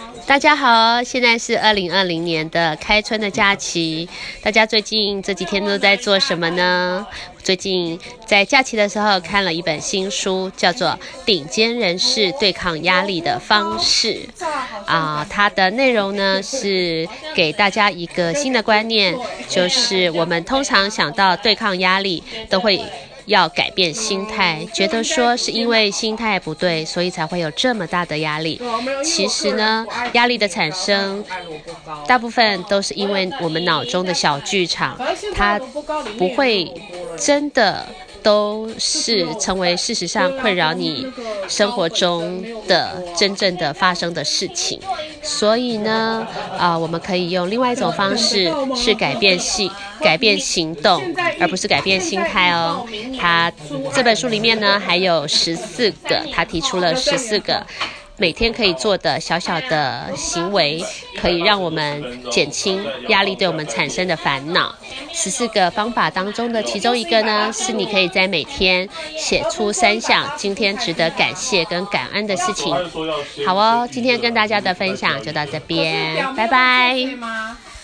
大家好，现在是2020年的开春的假期，大家最近这几天都在做什么呢？最近在假期的时候看了一本新书，叫做《顶尖人士对抗压力的方式》它的内容呢是给大家一个新的观念，就是我们通常想到对抗压力都会要改变心态，觉得说是因为心态不对，所以才会有这么大的压力。其实呢，压力的产生大部分都是因为我们脑中的小剧场，它不会真的都是成为事实上困扰你生活中的真正的发生的事情。所以呢，我们可以用另外一种方式，是改变行动，而不是改变心态哦。这本书里面呢，还有14个，他提出了14个每天可以做的小小的行为，可以让我们减轻压力对我们产生的烦恼。14个方法当中的其中一个呢，是你可以在每天写出3项今天值得感谢跟感恩的事情。好哦，今天跟大家的分享就到这边，拜拜。